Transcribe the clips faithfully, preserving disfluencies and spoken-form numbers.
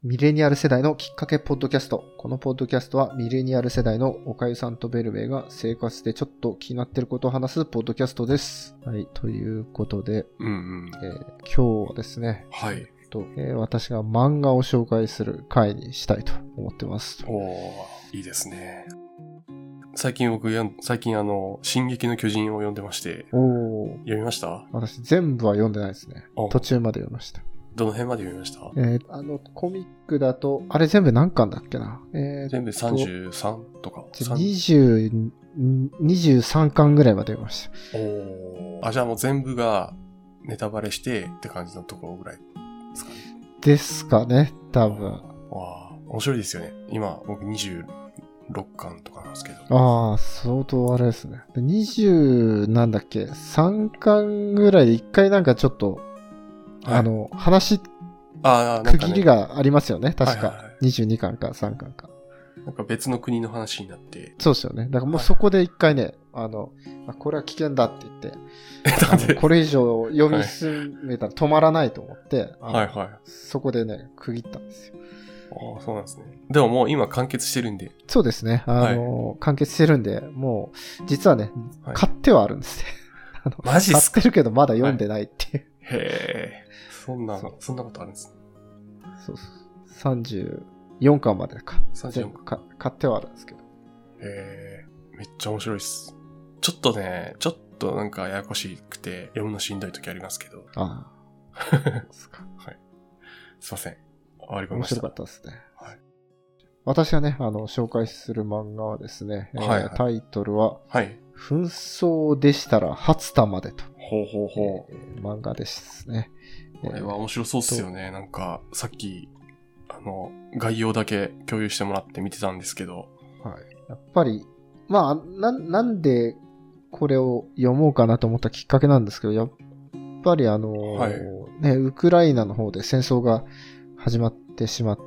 ミレニアル世代のきっかけポッドキャスト。このポッドキャストはミレニアル世代のおかゆさんとベルベが生活でちょっと気になっていることを話すポッドキャストです。はい、ということで、 うんうんえー、今日はですね、 はい。 とえー、私が漫画を紹介する回にしたいと思ってます。 おー、いいですね。最近僕やん、最近あの、進撃の巨人を読んでまして。 おー。 読みました？ 私全部は読んでないですね。途中まで読みました。 どの辺まで読みました？ えー、あの、コミックだと、あれ全部何巻だっけな、えー、 全部さんじゅうさんとか。 にじゅう、にじゅうさんかんぐらいまで読みました。 おー。あ、じゃあもう全部がネタバレしてって感じのところぐらいですかね。 ですかね、多分。 わあ、面白いですよね。今、僕にじゅうろっかんとかなんですけど。 ああ、相当あれですね。にじゅう、なんだっけ、さんかんぐらいでいっかいなんかちょっと、はい、あの、話、 あ、 区切りがありますよね、確か。 はいはいはい、 にじゅうにかんかさんかんか。 なんか別の国の話になって。 そうですよね。だからもうそこで一回ね、はい、あの、あ、これは危険だって言って、えこれ以上読み進めたら止まらないと思って、 はいはい。 そこでね、区切ったんですよ。 ああ、そうなんですね。でももう今完結してるんで。 そうですね。あの、はい、完結してるんで、もう、実はね、はい、買ってはあるんですね。あのマジっすか？ 買ってるけどまだ読んでないっていう。 はい、へえ、そんな、そ, そんなことあるんですね。 そうそう。さんじゅうよんかんまでか。 さんじゅうよんかん。 買ってはあるんですけど。 へえ、めっちゃ面白いっす。ちょっとね、ちょっとなんかややこしくて読むのしんどい時ありますけど。 ああ。そうですか。 はい。すいません。終わり込みました。 面白かったですね。 はい。 私がね、あの、紹介する漫画はですね、はいはい、えー、タイトルは、 はい。 紛争でしたら初田までと。 ほうほうほう。 えー、漫画ですね。 これは面白そうっすよね。なんか、さっき、あの、概要だけ共有してもらって見てたんですけど。 はい。やっぱり、まあ、な、なんでこれを読もうかなと思ったきっかけなんですけど、やっぱりあの、はい、ね、ウクライナの方で戦争が始まってしまって、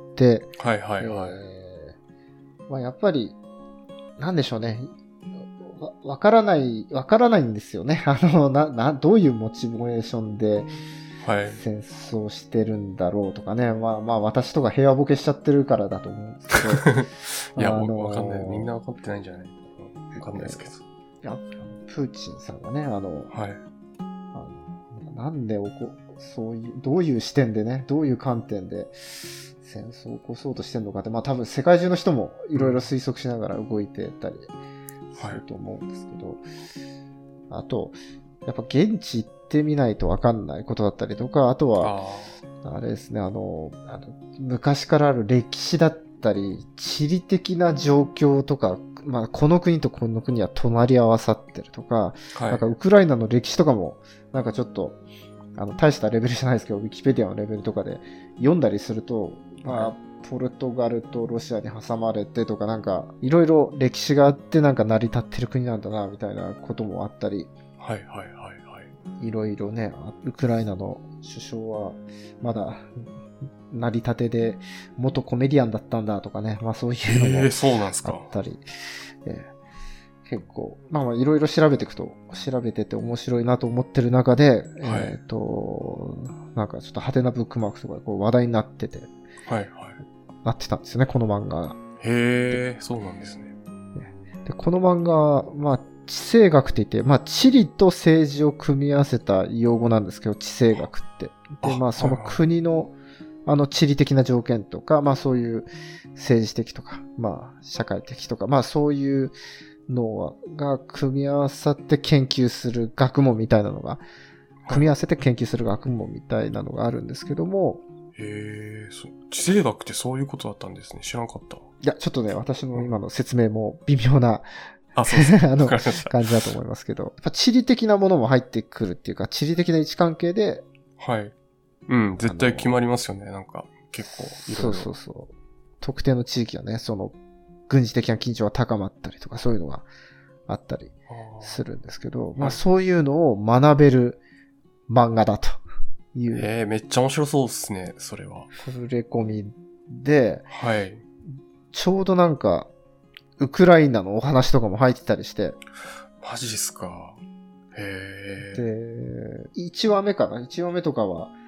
はいはいはい。 えー、まあ、やっぱり、なんでしょうね。わ、わからない、わからないんですよね。あの、な、な、どういうモチベーションで、戦争してるんだろうとかね。はい、まあまあ私とか平和ボケしちゃってるからだと思うんですけど。 いや、あのー、わかんない。みんなわかってないんじゃないわかんないですけど。いや、プーチンさんがね、あの、はい。あのなんでおこ、そういう、どういう視点でね、どういう観点で戦争を起こそうとしてるのかって、まあ多分世界中の人もいろいろ推測しながら動いてたりすると思うんですけど、はい、あと、やっぱ現地行ってみないと分かんないことだったりとか、あとは、あれですね、あの、あの昔からある歴史だったり、地理的な状況とか、まあ、この国とこの国は隣り合わさってるとか、はい、なんかウクライナの歴史とかも、なんかちょっと、あの、大したレベルじゃないですけど、ウィキペディアのレベルとかで読んだりすると、まあ、ポルトガルとロシアに挟まれてとか、なんか、いろいろ歴史があって、なんか成り立ってる国なんだな、みたいなこともあったり、 はいはいはいはい。 いろいろね、ウクライナの首相は、まだ、成り立てで、元コメディアンだったんだとかね、まあそういうのもあったり、えーえー、結構、まあまあいろいろ調べていくと、調べてて面白いなと思ってる中で、はい、えっと、なんかちょっと派手なブックマークとかこう話題になってて、 はいはい。 なってたんですよね、この漫画。 へー、そうなんですね。 で、この漫画、まあ、地政学って言って、まあ、地理と政治を組み合わせた用語なんですけど、地政学って。で、まあ、その国の、あの、地理的な条件とか、まあ、そういう政治的とか、まあ、社会的とか、まあ、そういうのが組み合わさって研究する学問みたいなのが、組み合わせて研究する学問みたいなのがあるんですけども、 へえ、地政学ってそういうことだったんですね。知らなかった。いや、ちょっとね、私の今の説明も微妙な、 あ、そうですね。 あの、感じだと思いますけど、やっぱ地理的なものも入ってくるっていうか、地理的な位置関係で、 はい。うん、絶対決まりますよね。なんか、結構いろいろ。 そうそうそう。特定の地域はね、その、軍事的な緊張が高まったりとか、そういうのがあったりするんですけど、あまあそういうのを学べる漫画だという。 えー、めっちゃ面白そうですね、それは。 触れ込みで、 はい。 ちょうどなんか、ウクライナのお話とかも入ってたりして。 マジですか。へー。で、いちわめかな ?いち 話目とかは、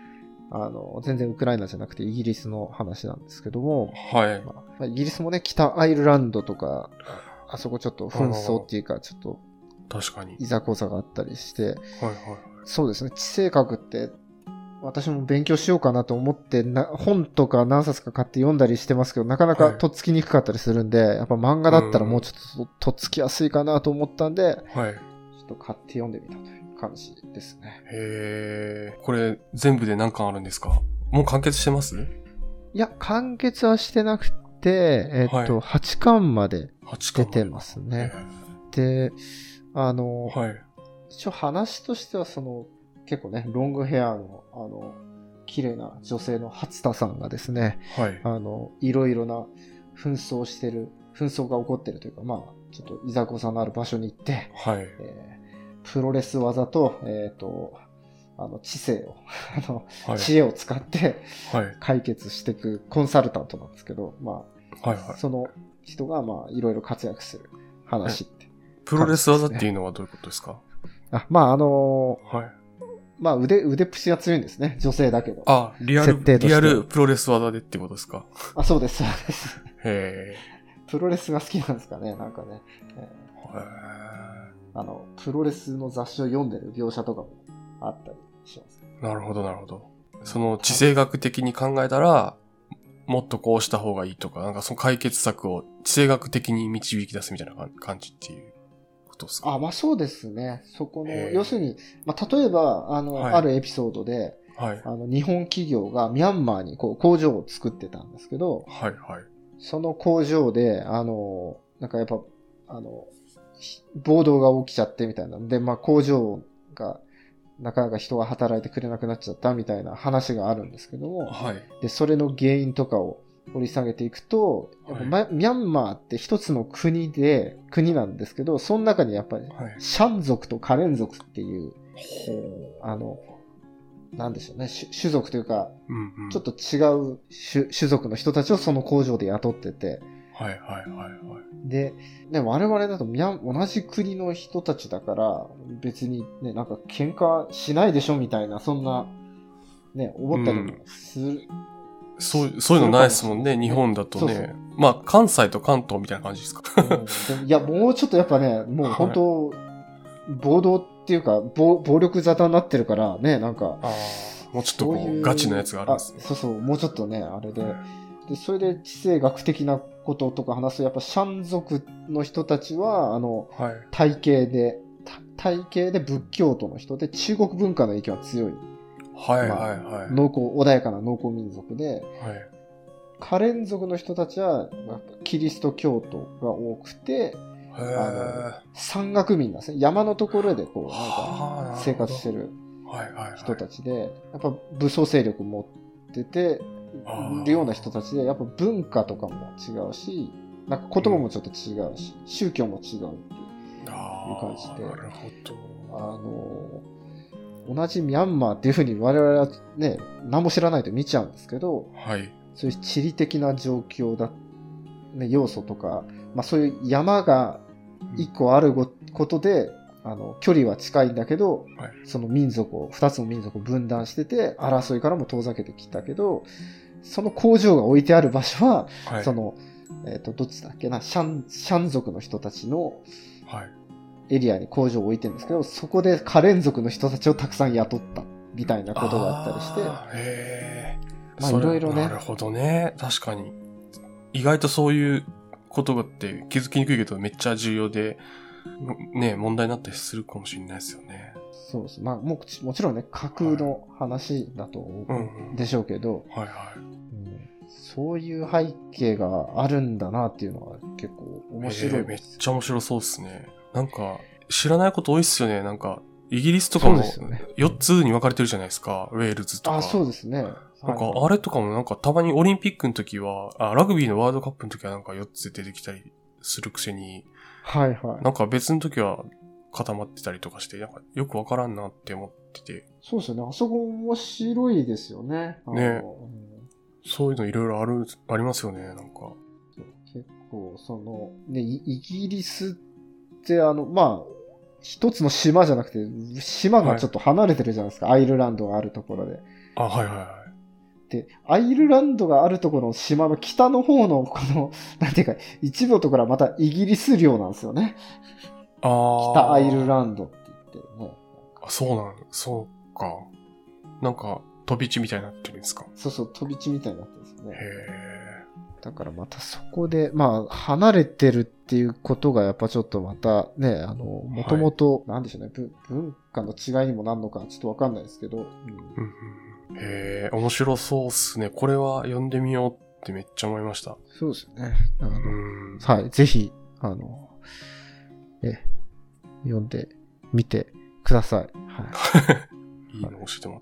あの、全然ウクライナじゃなくてイギリスの話なんですけども、 はい。 まあ、イギリスもね、北アイルランドとか、あそこちょっと紛争っていうか、ちょっと、 確かに。 いざこざがあったりして、 はいはい。 そうですね、地政学って、私も勉強しようかなと思ってな、本とか何冊か買って読んだりしてますけど、なかなかとっつきにくかったりするんで、はい、やっぱ漫画だったらもうちょっととっつきやすいかなと思ったんで、はい、ちょっと買って読んでみたという感じですね。 へー。これ全部で何巻あるんですか？もう完結してます？ いや、完結はしてなくて、えっと、はい、はちかんまで出てますね。で、あの、はい、一応話としてはその、結構ね、ロングヘアの、あの、綺麗な女性の初田さんがですね、はい、あの、いろいろな紛争してる、紛争が起こってるというか、まあ、ちょっといざこざのある場所に行って、はい、えー、プロレス技と、えっと、あの、知性を、あの、はい、知恵を使って、解決していくコンサルタントなんですけど、まあ、はいはい、その人が、まあ、いろいろ活躍する話って、ね。 プロレス技っていうのはどういうことですか？ あ、まあ、あのー、はい。まあ腕、腕っぷしが強いんですね。女性だけど。 あ、リアル、リアルプロレス技でってことですか？ あ、そうです、そうです。 へー。プロレスが好きなんですかね、なんかね。へー。あの、プロレスの雑誌を読んでる描写とかもあったりします。 なるほど、なるほど。その地政学的に考えたら、もっとこうした方がいいとか、なんかその解決策を地政学的に導き出すみたいな感じっていう。 あ、まあそうですね。そこの、要するに、まあ例えば、あの、はい、あるエピソードで、はい、あの、日本企業がミャンマーにこう工場を作ってたんですけど、はいはい。その工場で、あの、なんかやっぱ、あの、暴動が起きちゃってみたいな。で、まあ工場が、なかなか人が働いてくれなくなっちゃったみたいな話があるんですけども、はい。で、それの原因とかを、掘り下げていくと、はい、ミャンマーって一つの国で、国なんですけど、その中にやっぱり、シャン族とカレン族っていう、はい、あの、なんでしょうね、種族というか、うんうん、ちょっと違う 種, 種族の人たちをその工場で雇ってて、はいはいはいはい。で、ね、我々だとミャン、同じ国の人たちだから、別にね、なんか喧嘩しないでしょみたいな、そんな、ね、思ったりもする。うんそう、そういうのないですもんね、日本だとね。そうそう、まあ、関西と関東みたいな感じですか。 うん、いや、もうちょっとやっぱね、もう本当、はい、暴動っていうか、暴、暴力沙汰になってるからね、なんか。 あもうちょっとこう、ガチなやつがあるんですね。 そうそう、もうちょっとね、あれで。で、それで地政学的なこととか話すと、やっぱシャン族の人たちは、あの、はい、体系で、体系で仏教徒の人で、中国文化の影響が強い。 はいはいはい。 まあ、農耕、穏やかな農耕民族で、はい、カレン族の人たちはキリスト教徒が多くて、あの山岳民なんですね。山のところでこうなんか生活してる人たちで、やっぱ武装勢力持っててるような人たちで、やっぱ文化とかも違うし、なんか言葉もちょっと違うし、うん、宗教も違うっていう感じで、 なるほど。 あの同じミャンマーっていうふうに我々はね、何も知らないと見ちゃうんですけど、はい、そういう地理的な状況だ、ね、要素とか、まあそういう山が一個あることで、あの、距離は近いんだけど、はい、その民族を、二つの民族を分断してて、争いからも遠ざけてきたけど、その工場が置いてある場所は、はい、その、えっと、どっちだっけな、シャン、シャン族の人たちの、はいエリアに工場を置いてるんですけど、そこでカレン族の人たちをたくさん雇ったみたいなことがあったりして、 へーまあいろいろね。 なるほどね。確かに。意外とそういうことがって気づきにくいけどめっちゃ重要で、ね、問題になったりするかもしれないですよね。 そうです。まあもうもちろんね、架空の話だと思う、はいうんうん、でしょうけど、はいはいうん、そういう背景があるんだなっていうのは結構面白いです。 めっちゃ面白そうですね。なんか、知らないこと多いっすよね。なんか、イギリスとかもよっつに分かれてるじゃないですか。ウェールズとか。 あ、そうですね。 なんか、あれとかもなんか、たまにオリンピックの時は、あ、ラグビーのワールドカップの時はなんかよっつで出てきたりするくせに、 はいはい。 なんか別の時は固まってたりとかして、なんかよく分からんなって思ってて。 そうですよね。あそこ面白いですよね。 ね。そういうのいろいろある、ありますよね、なんか。 結構、その、ね、イギリスって、あの、まあ、一つの島じゃなくて、島がちょっと離れてるじゃないですか。はい、アイルランドがあるところで。 あ、はいはいはで、アイルランドがあるところの島の北の方の、この、なんていうか、一部のところはまたイギリス領なんですよね。 ああ。 北アイルランドって言ってね。 あ、そうなん、そうか。なんか、飛び地みたいになってるんですか？ そうそう、飛び地みたいになってるんですよね。 へー。だからまたそこで、まあ、離れてるっていうことがやっぱちょっとまたね、あの、もともと、なんでしょうね、文化の違いにもなるのかちょっとわかんないですけど。うんうん、へえ、面白そうっすね。これは読んでみようってめっちゃ思いました。 そうですよね。あの、 うん、 はい、ぜひ、あの、え、読んでみてください。はい。 いいの教えてもらった。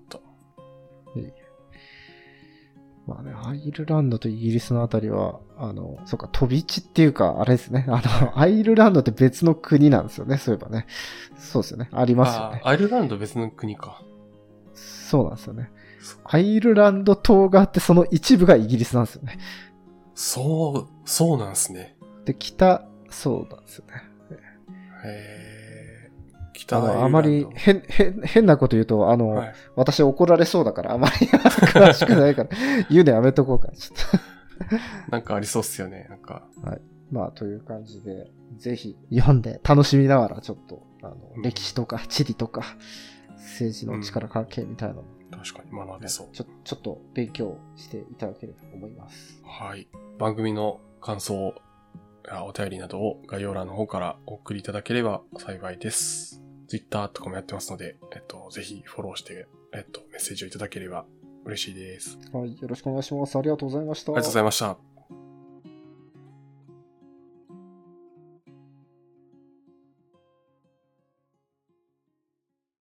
まあね、アイルランドとイギリスのあたりは、あの、そうか、飛び地っていうか、あれですね。あの、アイルランドって別の国なんですよね。そういえばね。そうですよね。ありますよね。 あ、アイルランド別の国か。 そうなんですよね。アイルランド島があって、その一部がイギリスなんですよね。 そう、そうなんですね。 で、北、そうなんですよね。 へー。北アイルランド。 あの、あまり変、変、変なこと言うと、あの、はい、私怒られそうだから、あまり詳しくないから、言うのやめとこうか、ちょっと。なんかありそうっすよね、なんか。 はい。まあ、という感じで、ぜひ読んで楽しみながら、ちょっと、あの、うん、歴史とか地理とか、政治の力関係みたいなの、 うん、確かに学べそう。 ちょ、ちょっと勉強していただければと思います。 はい。番組の感想、お便りなどを概要欄の方からお送りいただければ幸いです。Twitter とかもやってますので、えっと、ぜひフォローして、えっと、メッセージをいただければ嬉しいです。 はい。よろしくお願いします。ありがとうございました。 ありがとうございました。